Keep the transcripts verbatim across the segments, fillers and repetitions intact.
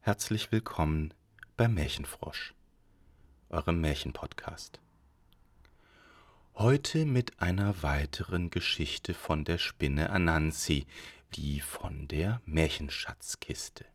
Herzlich willkommen beim Märchenfrosch, eurem Märchenpodcast. Heute mit einer weiteren Geschichte von der Spinne Anansi, die von der Märchenschatzkiste.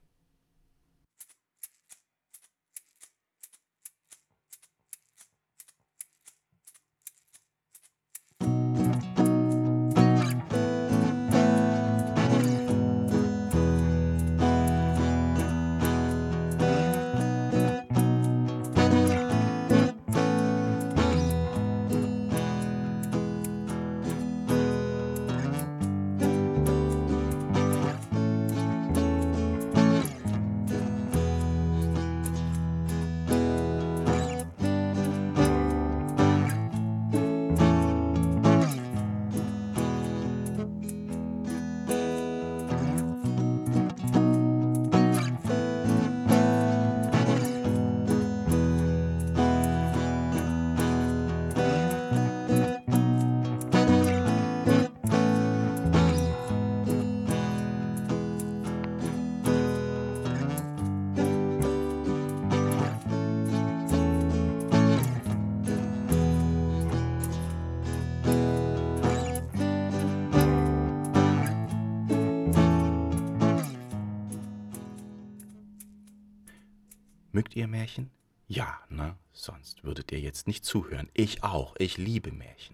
Mögt ihr Märchen? Ja, ne? Sonst würdet ihr jetzt nicht zuhören. Ich auch. Ich liebe Märchen.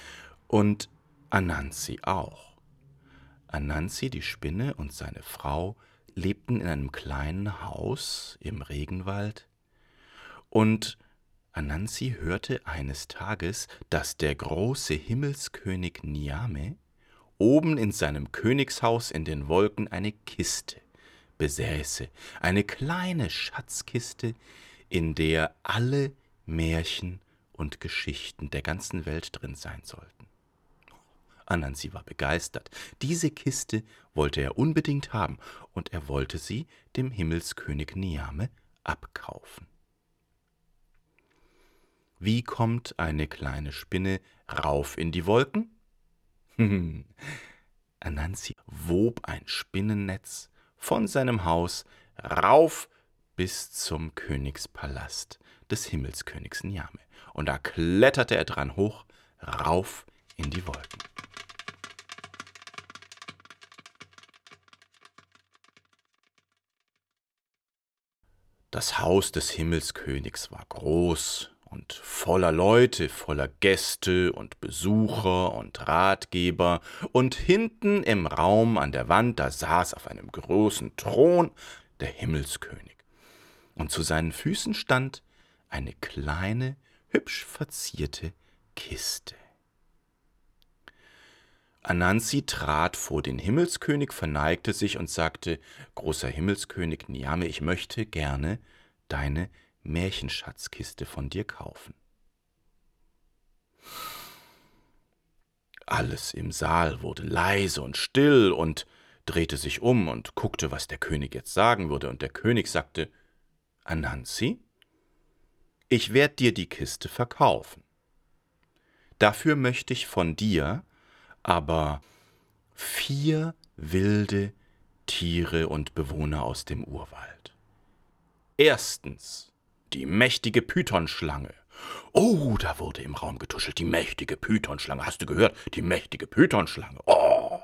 Und Anansi auch. Anansi, die Spinne, und seine Frau lebten in einem kleinen Haus im Regenwald. Und Anansi hörte eines Tages, dass der große Himmelskönig Niame oben in seinem Königshaus in den Wolken eine Kiste besäße, eine kleine Schatzkiste, in der alle Märchen und Geschichten der ganzen Welt drin sein sollten. Anansi war begeistert. Diese Kiste wollte er unbedingt haben, und er wollte sie dem Himmelskönig Niame abkaufen. Wie kommt eine kleine Spinne rauf in die Wolken? Anansi wob ein Spinnennetz von seinem Haus rauf bis zum Königspalast des Himmelskönigs Niame. Und da kletterte er dran hoch, rauf in die Wolken. Das Haus des Himmelskönigs war groß und voller Leute, voller Gäste und Besucher und Ratgeber, und hinten im Raum an der Wand, da saß auf einem großen Thron der Himmelskönig, und zu seinen Füßen stand eine kleine, hübsch verzierte Kiste. Anansi trat vor den Himmelskönig, verneigte sich und sagte: »Großer Himmelskönig Niame, ich möchte gerne deine Märchenschatzkiste von dir kaufen.« Alles im Saal wurde leise und still und drehte sich um und guckte, was der König jetzt sagen würde. Und der König sagte: »Anansi, ich werde dir die Kiste verkaufen. Dafür möchte ich von dir aber vier wilde Tiere und Bewohner aus dem Urwald. Erstens die mächtige Pythonschlange.« Oh, da wurde im Raum getuschelt. Die mächtige Pythonschlange. Hast du gehört? Die mächtige Pythonschlange. Oh.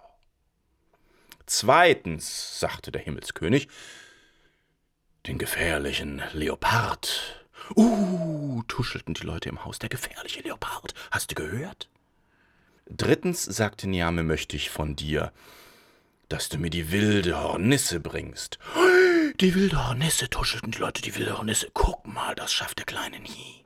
Zweitens, sagte der Himmelskönig, den gefährlichen Leopard. Uh, tuschelten die Leute im Haus. Der gefährliche Leopard. Hast du gehört? Drittens, sagte Niame, möchte ich von dir, dass du mir die wilde Hornisse bringst. Die wilde Hornisse, tuschelten die Leute, die wilde Hornisse. Guck mal, das schafft der Kleine nie.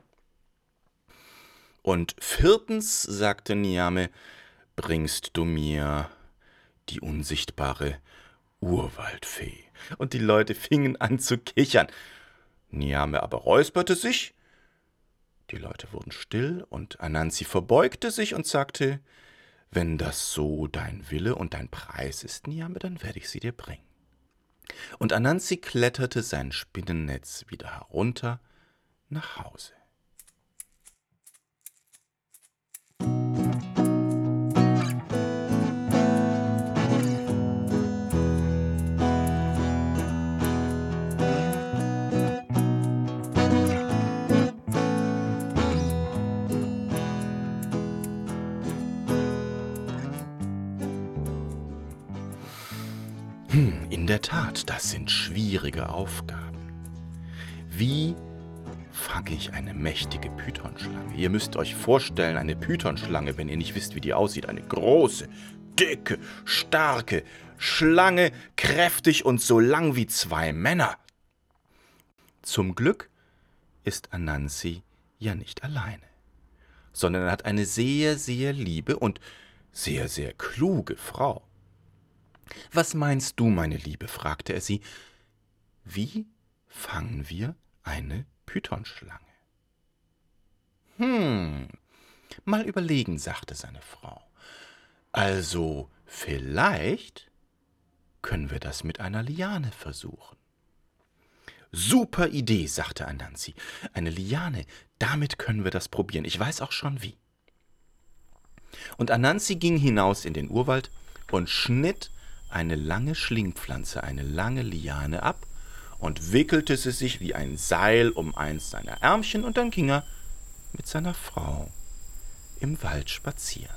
Und viertens, sagte Niame, bringst du mir die unsichtbare Urwaldfee. Und die Leute fingen an zu kichern. Niame aber räusperte sich. Die Leute wurden still, und Anansi verbeugte sich und sagte: »Wenn das so dein Wille und dein Preis ist, Niame, dann werde ich sie dir bringen.« Und Anansi kletterte sein Spinnennetz wieder herunter nach Hause. Tat, das sind schwierige Aufgaben. Wie fange ich eine mächtige Pythonschlange? Ihr müsst euch vorstellen, eine Pythonschlange, wenn ihr nicht wisst, wie die aussieht, eine große, dicke, starke Schlange, kräftig und so lang wie zwei Männer. Zum Glück ist Anansi ja nicht alleine, sondern er hat eine sehr, sehr liebe und sehr, sehr kluge Frau. »Was meinst du, meine Liebe?« fragte er sie. »Wie fangen wir eine Pythonschlange?« »Hm, mal überlegen«, sagte seine Frau. »Also vielleicht können wir das mit einer Liane versuchen.« »Super Idee«, sagte Anansi. »Eine Liane, damit können wir das probieren. Ich weiß auch schon wie.« Und Anansi ging hinaus in den Urwald und schnitt eine lange Schlingpflanze, eine lange Liane ab und wickelte sie sich wie ein Seil um eins seiner Ärmchen, und dann ging er mit seiner Frau im Wald spazieren.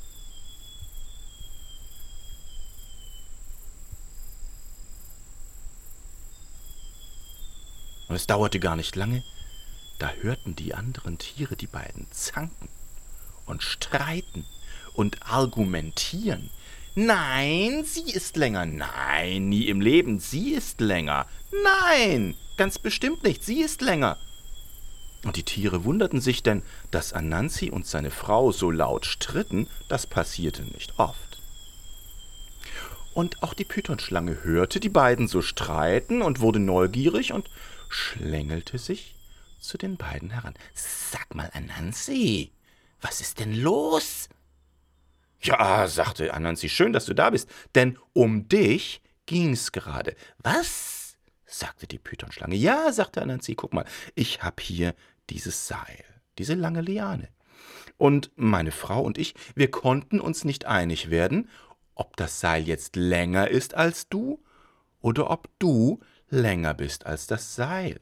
Und es dauerte gar nicht lange, da hörten die anderen Tiere die beiden zanken und streiten und argumentieren. »Nein, sie ist länger. Nein, nie im Leben. Sie ist länger. Nein, ganz bestimmt nicht. Sie ist länger.« Und die Tiere wunderten sich, denn dass Anansi und seine Frau so laut stritten, das passierte nicht oft. Und auch die Pythonschlange hörte die beiden so streiten und wurde neugierig und schlängelte sich zu den beiden heran. »Sag mal, Anansi, was ist denn los?« »Ja«, sagte Anansi, »schön, dass du da bist, denn um dich ging's gerade.« »Was?«, sagte die Pythonschlange. »Ja«, sagte Anansi, »guck mal, ich hab hier dieses Seil, diese lange Liane. Und meine Frau und ich, wir konnten uns nicht einig werden, ob das Seil jetzt länger ist als du oder ob du länger bist als das Seil.«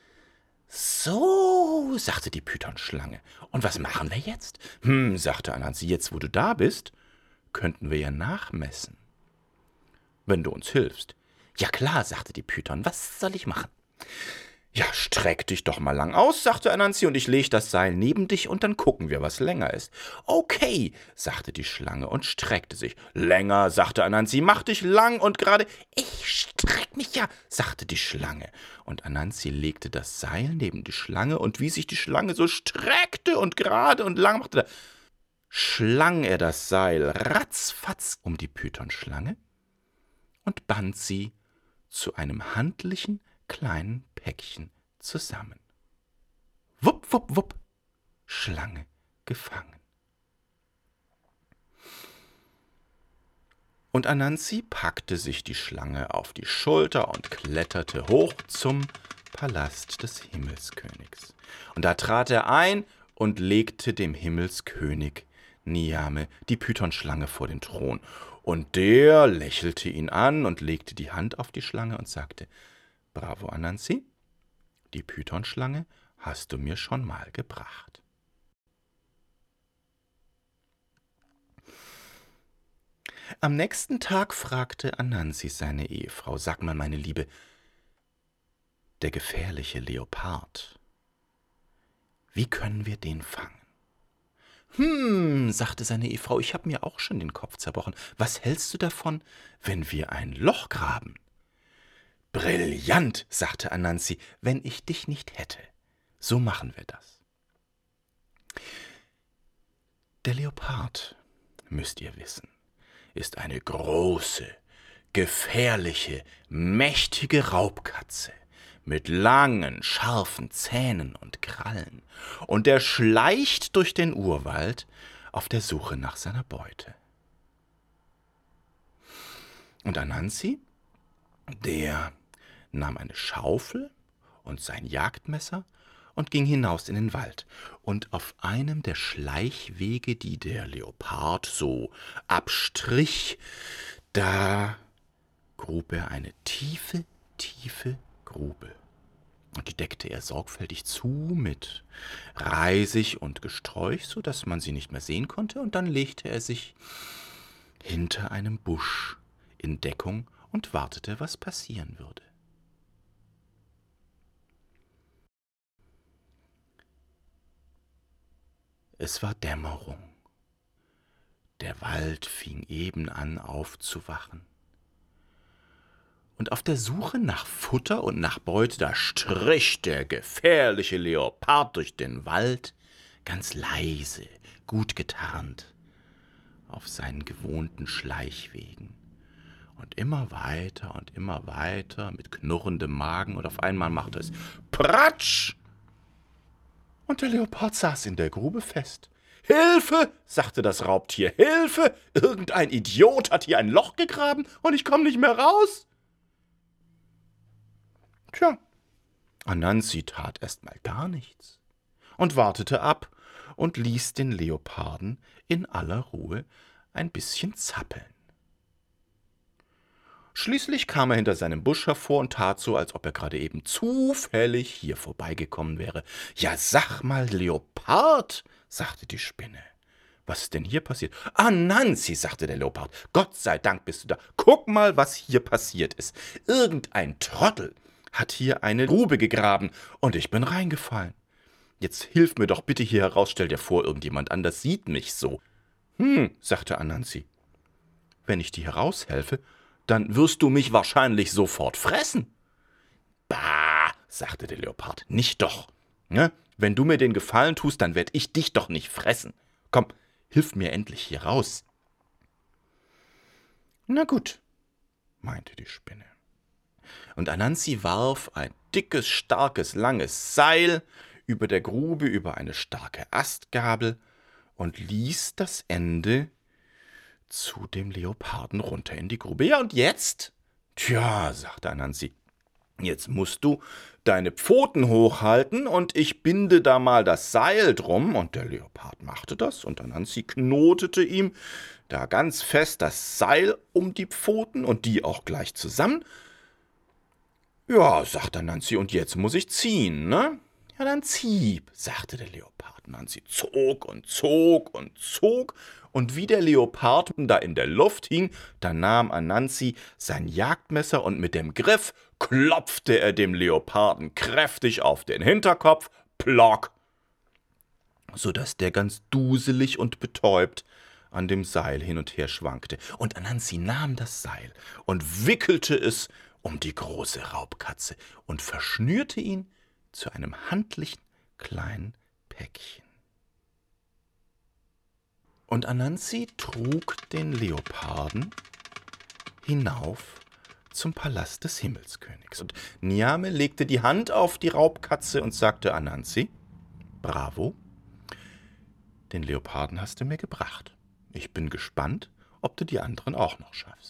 »So«, sagte die Pythonschlange. »Und was machen wir jetzt?« »Hm«, sagte Anansi, »jetzt, wo du da bist, könnten wir ja nachmessen, wenn du uns hilfst.« »Ja klar«, sagte die Python, »was soll ich machen?« »Ja, streck dich doch mal lang aus«, sagte Anansi, »und ich leg das Seil neben dich und dann gucken wir, was länger ist.« »Okay«, sagte die Schlange und streckte sich. »Länger«, sagte Anansi, »mach dich lang und gerade.« »Ich streck mich ja«, sagte die Schlange. Und Anansi legte das Seil neben die Schlange, und wie sich die Schlange so streckte und gerade und lang machte, schlang er das Seil ratzfatz um die Pythonschlange und band sie zu einem handlichen kleinen Päckchen zusammen. Wupp, wupp, wupp, Schlange gefangen. Und Anansi packte sich die Schlange auf die Schulter und kletterte hoch zum Palast des Himmelskönigs. Und da trat er ein und legte dem Himmelskönig Niame die Pythonschlange vor den Thron. Und der lächelte ihn an und legte die Hand auf die Schlange und sagte: »Bravo, Anansi, die Pythonschlange hast du mir schon mal gebracht.« Am nächsten Tag fragte Anansi seine Ehefrau: »Sag mal, meine Liebe, der gefährliche Leopard, wie können wir den fangen?« »Hm«, sagte seine Ehefrau, »ich habe mir auch schon den Kopf zerbrochen. Was hältst du davon, wenn wir ein Loch graben?« »Brillant«, sagte Anansi, »wenn ich dich nicht hätte. So machen wir das.« Der Leopard, müsst ihr wissen, ist eine große, gefährliche, mächtige Raubkatze mit langen, scharfen Zähnen und Krallen, und er schleicht durch den Urwald auf der Suche nach seiner Beute. Und Anansi, der nahm eine Schaufel und sein Jagdmesser und ging hinaus in den Wald. Und auf einem der Schleichwege, die der Leopard so abstrich, da grub er eine tiefe, tiefe Grube. Und die deckte er sorgfältig zu mit Reisig und Gesträuch, so dass man sie nicht mehr sehen konnte, und dann legte er sich hinter einem Busch in Deckung und wartete, was passieren würde. Es war Dämmerung. Der Wald fing eben an aufzuwachen. Und auf der Suche nach Futter und nach Beute, da strich der gefährliche Leopard durch den Wald, ganz leise, gut getarnt, auf seinen gewohnten Schleichwegen. Und immer weiter und immer weiter mit knurrendem Magen, und auf einmal machte es Pratsch! Und der Leopard saß in der Grube fest. »Hilfe«, sagte das Raubtier, »Hilfe! Irgendein Idiot hat hier ein Loch gegraben und ich komme nicht mehr raus.« Tja, Ananzi tat erst mal gar nichts und wartete ab und ließ den Leoparden in aller Ruhe ein bisschen zappeln. Schließlich kam er hinter seinem Busch hervor und tat so, als ob er gerade eben zufällig hier vorbeigekommen wäre. »Ja, sag mal, Leopard«, sagte die Spinne, »was ist denn hier passiert?« »Ananzi«, sagte der Leopard, »Gott sei Dank bist du da. Guck mal, was hier passiert ist. Irgendein Trottel hat hier eine Grube gegraben und ich bin reingefallen. Jetzt hilf mir doch bitte hier heraus, stell dir vor, irgendjemand anders sieht mich so.« »Hm«, sagte Ananzi, »wenn ich dir heraushelfe, dann wirst du mich wahrscheinlich sofort fressen.« »Bah«, sagte der Leopard, »nicht doch. Ne? Wenn du mir den Gefallen tust, dann werd ich dich doch nicht fressen. Komm, hilf mir endlich hier raus.« »Na gut«, meinte die Spinne. Und Ananzi warf ein dickes, starkes, langes Seil über der Grube über eine starke Astgabel und ließ das Ende zu dem Leoparden runter in die Grube. »Ja, und jetzt?« »Tja«, sagte Ananzi, »jetzt musst du deine Pfoten hochhalten und ich binde da mal das Seil drum.« Und der Leopard machte das und Ananzi knotete ihm da ganz fest das Seil um die Pfoten und die auch gleich zusammen. »Ja«, sagte Ananzi, »und jetzt muss ich ziehen, ne?« »Ja, dann zieh«, sagte der Leopard. Ananzi zog und zog und zog, und wie der Leopard da in der Luft hing, da nahm Ananzi sein Jagdmesser und mit dem Griff klopfte er dem Leoparden kräftig auf den Hinterkopf, plock, so daß der ganz duselig und betäubt an dem Seil hin und her schwankte. Und Ananzi nahm das Seil und wickelte es um die große Raubkatze und verschnürte ihn zu einem handlichen kleinen Päckchen. Und Ananzi trug den Leoparden hinauf zum Palast des Himmelskönigs. Und Niame legte die Hand auf die Raubkatze und sagte: Ananzi, bravo, den Leoparden hast du mir gebracht. Ich bin gespannt, ob du die anderen auch noch schaffst.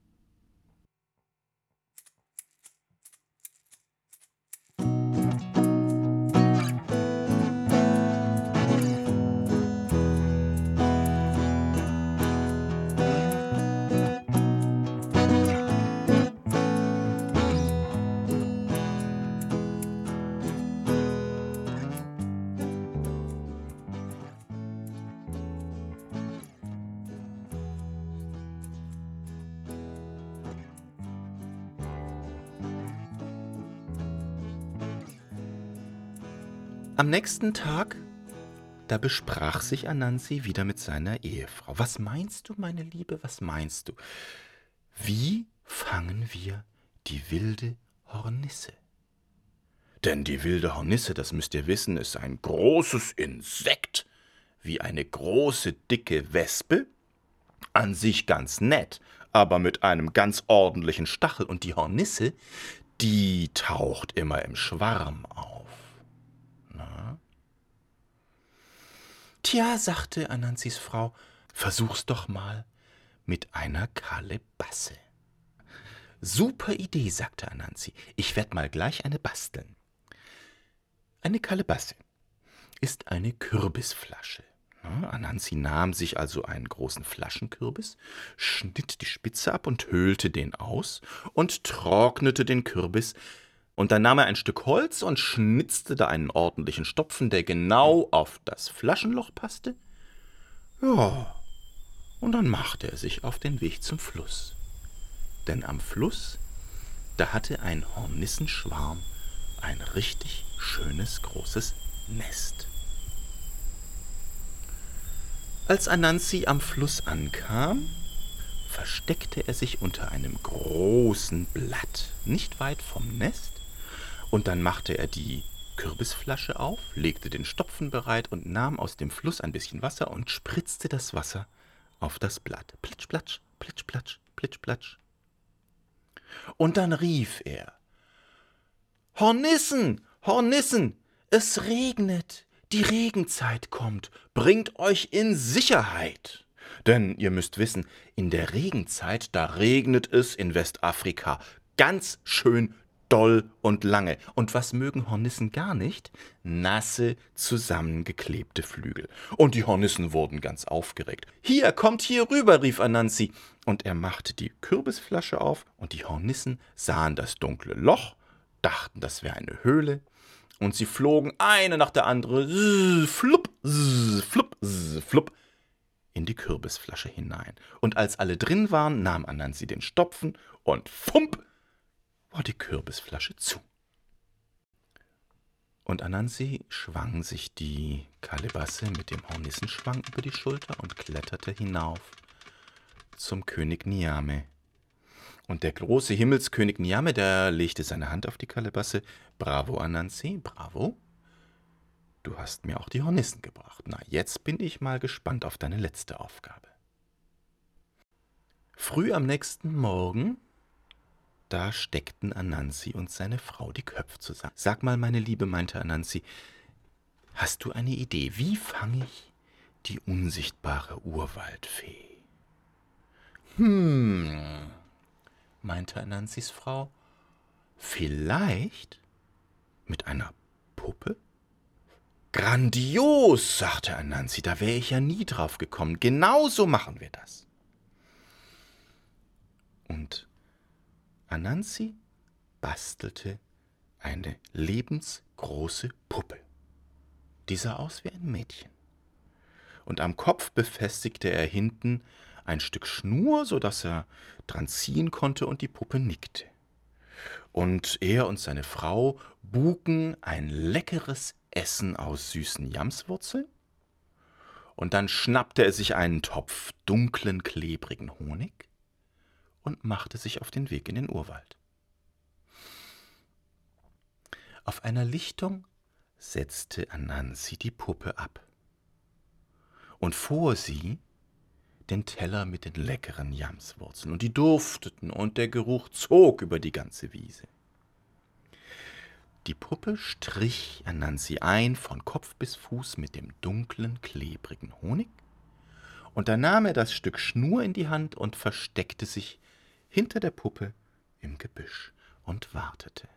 Am nächsten Tag, da besprach sich Ananzi wieder mit seiner Ehefrau. Was meinst du, meine Liebe, was meinst du? Wie fangen wir die wilde Hornisse? Denn die wilde Hornisse, das müsst ihr wissen, ist ein großes Insekt, wie eine große, dicke Wespe, an sich ganz nett, aber mit einem ganz ordentlichen Stachel. Und die Hornisse, die taucht immer im Schwarm auf. Na? Tja, sagte Ananzis Frau, versuch's doch mal mit einer Kalebasse. Super Idee, sagte Ananzi, ich werd mal gleich eine basteln. Eine Kalebasse ist eine Kürbisflasche. Ja, Ananzi nahm sich also einen großen Flaschenkürbis, schnitt die Spitze ab und höhlte den aus und trocknete den Kürbis. Und dann nahm er ein Stück Holz und schnitzte da einen ordentlichen Stopfen, der genau auf das Flaschenloch passte. Ja, und dann machte er sich auf den Weg zum Fluss. denn am Fluss, da hatte ein Hornissenschwarm ein richtig schönes großes Nest. Als Ananzi am Fluss ankam, versteckte er sich unter einem großen Blatt, nicht weit vom Nest, und dann machte er die Kürbisflasche auf, legte den Stopfen bereit und nahm aus dem Fluss ein bisschen Wasser und spritzte das Wasser auf das Blatt. Plitsch, platsch, plitsch, platsch, plitsch, platsch. Und dann rief er: »Hornissen, Hornissen, es regnet, die Regenzeit kommt, bringt euch in Sicherheit. Denn ihr müsst wissen, in der Regenzeit, da regnet es in Westafrika ganz schön doll und lange. Und was mögen Hornissen gar nicht? Nasse, zusammengeklebte Flügel. Und die Hornissen wurden ganz aufgeregt. »Hier, kommt hier rüber«, rief Ananzi. Und er machte die Kürbisflasche auf, und die Hornissen sahen das dunkle Loch, dachten, das wäre eine Höhle, und sie flogen eine nach der andere, zzz, flupp, zzz, flupp, zzz, flupp, in die Kürbisflasche hinein. Und als alle drin waren, nahm Ananzi den Stopfen und fump, war die Kürbisflasche zu. Und Ananzi schwang sich die Kalebasse mit dem Hornissenschwang über die Schulter und kletterte hinauf zum König Niame. Und der große Himmelskönig Niame, der legte seine Hand auf die Kalebasse. »Bravo, Ananzi, bravo. Du hast mir auch die Hornissen gebracht. Na, jetzt bin ich mal gespannt auf deine letzte Aufgabe.« Früh am nächsten Morgen, da steckten Ananzi und seine Frau die Köpfe zusammen. »Sag mal, meine Liebe«, meinte Ananzi, »hast du eine Idee, wie fange ich die unsichtbare Urwaldfee?« »Hm«, meinte Ananzis Frau, »vielleicht mit einer Puppe?« »Grandios«, sagte Ananzi, »da wäre ich ja nie drauf gekommen. Genau so machen wir das.« Und Ananzi bastelte eine lebensgroße Puppe. Die sah aus wie ein Mädchen. Und am Kopf befestigte er hinten ein Stück Schnur, so dass er dran ziehen konnte, und die Puppe nickte. Und er und seine Frau buken ein leckeres Essen aus süßen Jamswurzeln, und dann schnappte er sich einen Topf dunklen, klebrigen Honig und machte sich auf den Weg in den Urwald. Auf einer Lichtung setzte Ananzi die Puppe ab und vor sie den Teller mit den leckeren Jamswurzeln, und die dufteten, und der Geruch zog über die ganze Wiese. Die Puppe strich Ananzi ein, von Kopf bis Fuß, mit dem dunklen, klebrigen Honig, und dann nahm er das Stück Schnur in die Hand und versteckte sich hinter der Puppe im Gebüsch und wartete.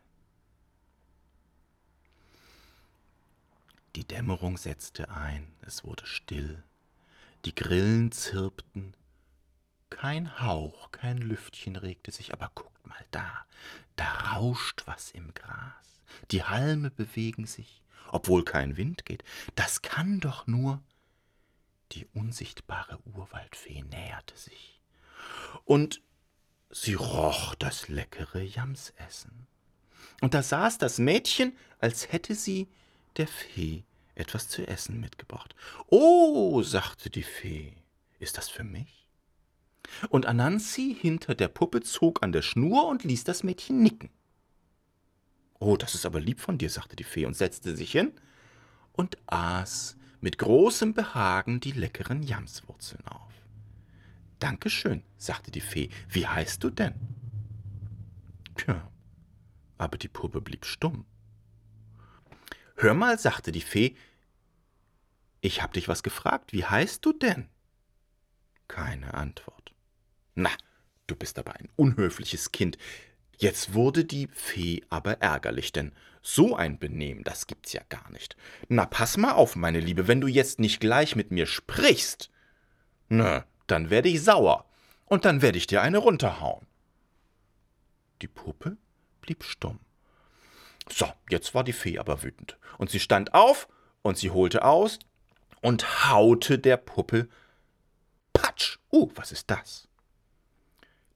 Die Dämmerung setzte ein, es wurde still, die Grillen zirpten, kein Hauch, kein Lüftchen regte sich, aber guckt mal da, da rauscht was im Gras, die Halme bewegen sich, obwohl kein Wind geht. Das kann doch nur die unsichtbare Urwaldfee näherte sich. Und sie roch das leckere Jamsessen. Und da saß das Mädchen, als hätte sie der Fee etwas zu essen mitgebracht. »Oh«, sagte die Fee, »ist das für mich?« Und Ananzi hinter der Puppe zog an der Schnur und ließ das Mädchen nicken. »Oh, das ist aber lieb von dir«, sagte die Fee und setzte sich hin und aß mit großem Behagen die leckeren Jamswurzeln auf. »Danke schön«, sagte die Fee, »wie heißt du denn?« Tja, aber die Puppe blieb stumm. »Hör mal«, sagte die Fee, »ich hab dich was gefragt, wie heißt du denn?« Keine Antwort. »Na, du bist aber ein unhöfliches Kind.« Jetzt wurde die Fee aber ärgerlich, denn so ein Benehmen, das gibt's ja gar nicht. »Na, pass mal auf, meine Liebe, wenn du jetzt nicht gleich mit mir sprichst, na, dann werde ich sauer, und dann werde ich dir eine runterhauen.« Die Puppe blieb stumm. So, jetzt war die Fee aber wütend, und sie stand auf, und sie holte aus und haute der Puppe. Patsch! Uh, was ist das?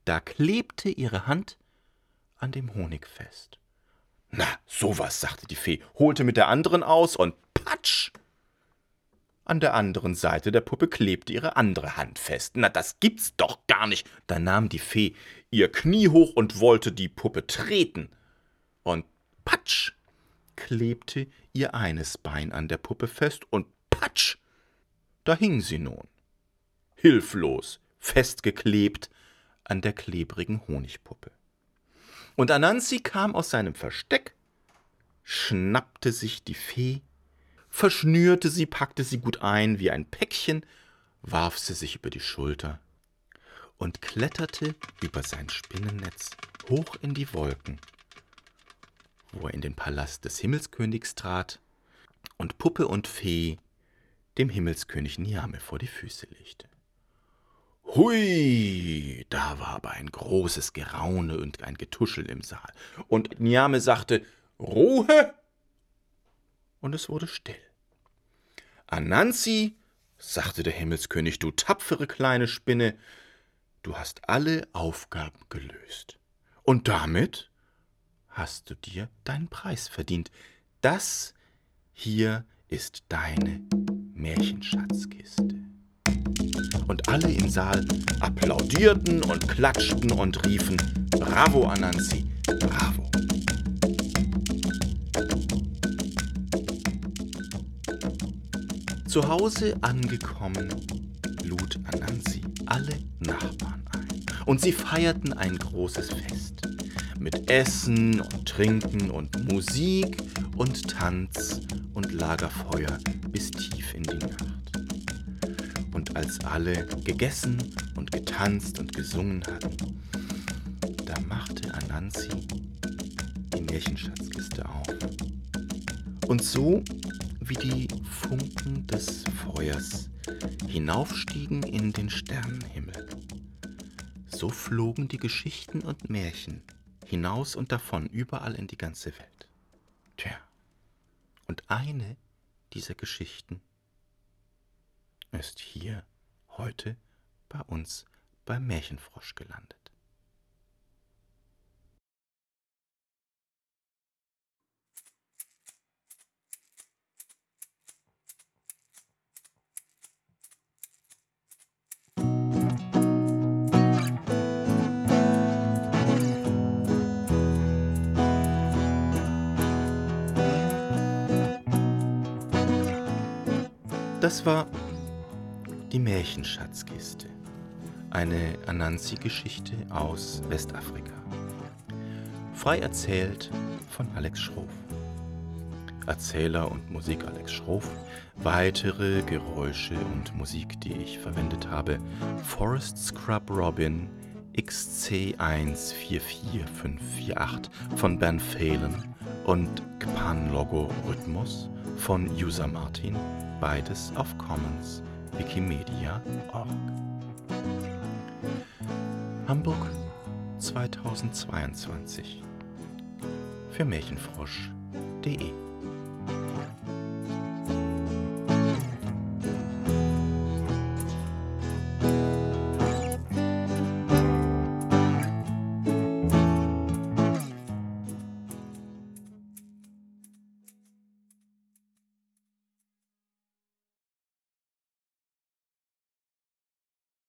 Da klebte ihre Hand an dem Honig fest. »Na, sowas«, sagte die Fee, holte mit der anderen aus und patsch! An der anderen Seite der Puppe klebte ihre andere Hand fest. »Na, das gibt's doch gar nicht!« Da nahm die Fee ihr Knie hoch und wollte die Puppe treten. Und patsch! Klebte ihr eines Bein an der Puppe fest und patsch! Da hing sie nun, hilflos, festgeklebt an der klebrigen Honigpuppe. Und Ananzi kam aus seinem Versteck, schnappte sich die Fee, verschnürte sie, packte sie gut ein wie ein Päckchen, warf sie sich über die Schulter und kletterte über sein Spinnennetz hoch in die Wolken, wo er in den Palast des Himmelskönigs trat und Puppe und Fee dem Himmelskönig Niame vor die Füße legte. Hui, da war aber ein großes Geraune und ein Getuschel im Saal. Und Niame sagte, »Ruhe!« Und es wurde still. »Ananzi«, sagte der Himmelskönig, »du tapfere kleine Spinne, du hast alle Aufgaben gelöst. Und damit hast du dir deinen Preis verdient. Das hier ist deine Märchenschatzkiste.« Und alle im Saal applaudierten und klatschten und riefen, »Bravo, Ananzi, bravo!« Zu Hause angekommen, lud Ananzi alle Nachbarn ein. Und sie feierten ein großes Fest mit Essen und Trinken und Musik und Tanz und Lagerfeuer bis tief in die Nacht. Und als alle gegessen und getanzt und gesungen hatten, da machte Ananzi die Märchenschatzkiste auf. Und so wie die Funken des Feuers hinaufstiegen in den Sternenhimmel, so flogen die Geschichten und Märchen hinaus und davon überall in die ganze Welt. Tja, und eine dieser Geschichten ist hier heute bei uns beim Märchenfrosch gelandet. Das war die Märchenschatzkiste, eine Ananzi-Geschichte aus Westafrika. Frei erzählt von Alex Schroff. Erzähler und Musik Alex Schroff. Weitere Geräusche und Musik, die ich verwendet habe: Forest Scrub Robin X C eins vier vier fünf vier acht von Ben Phelan und Pan Logo Rhythmus von User Martin, beides auf Commons Wikimedia Punkt org. Hamburg zweitausendzweiundzwanzig für Märchenfrosch punkt de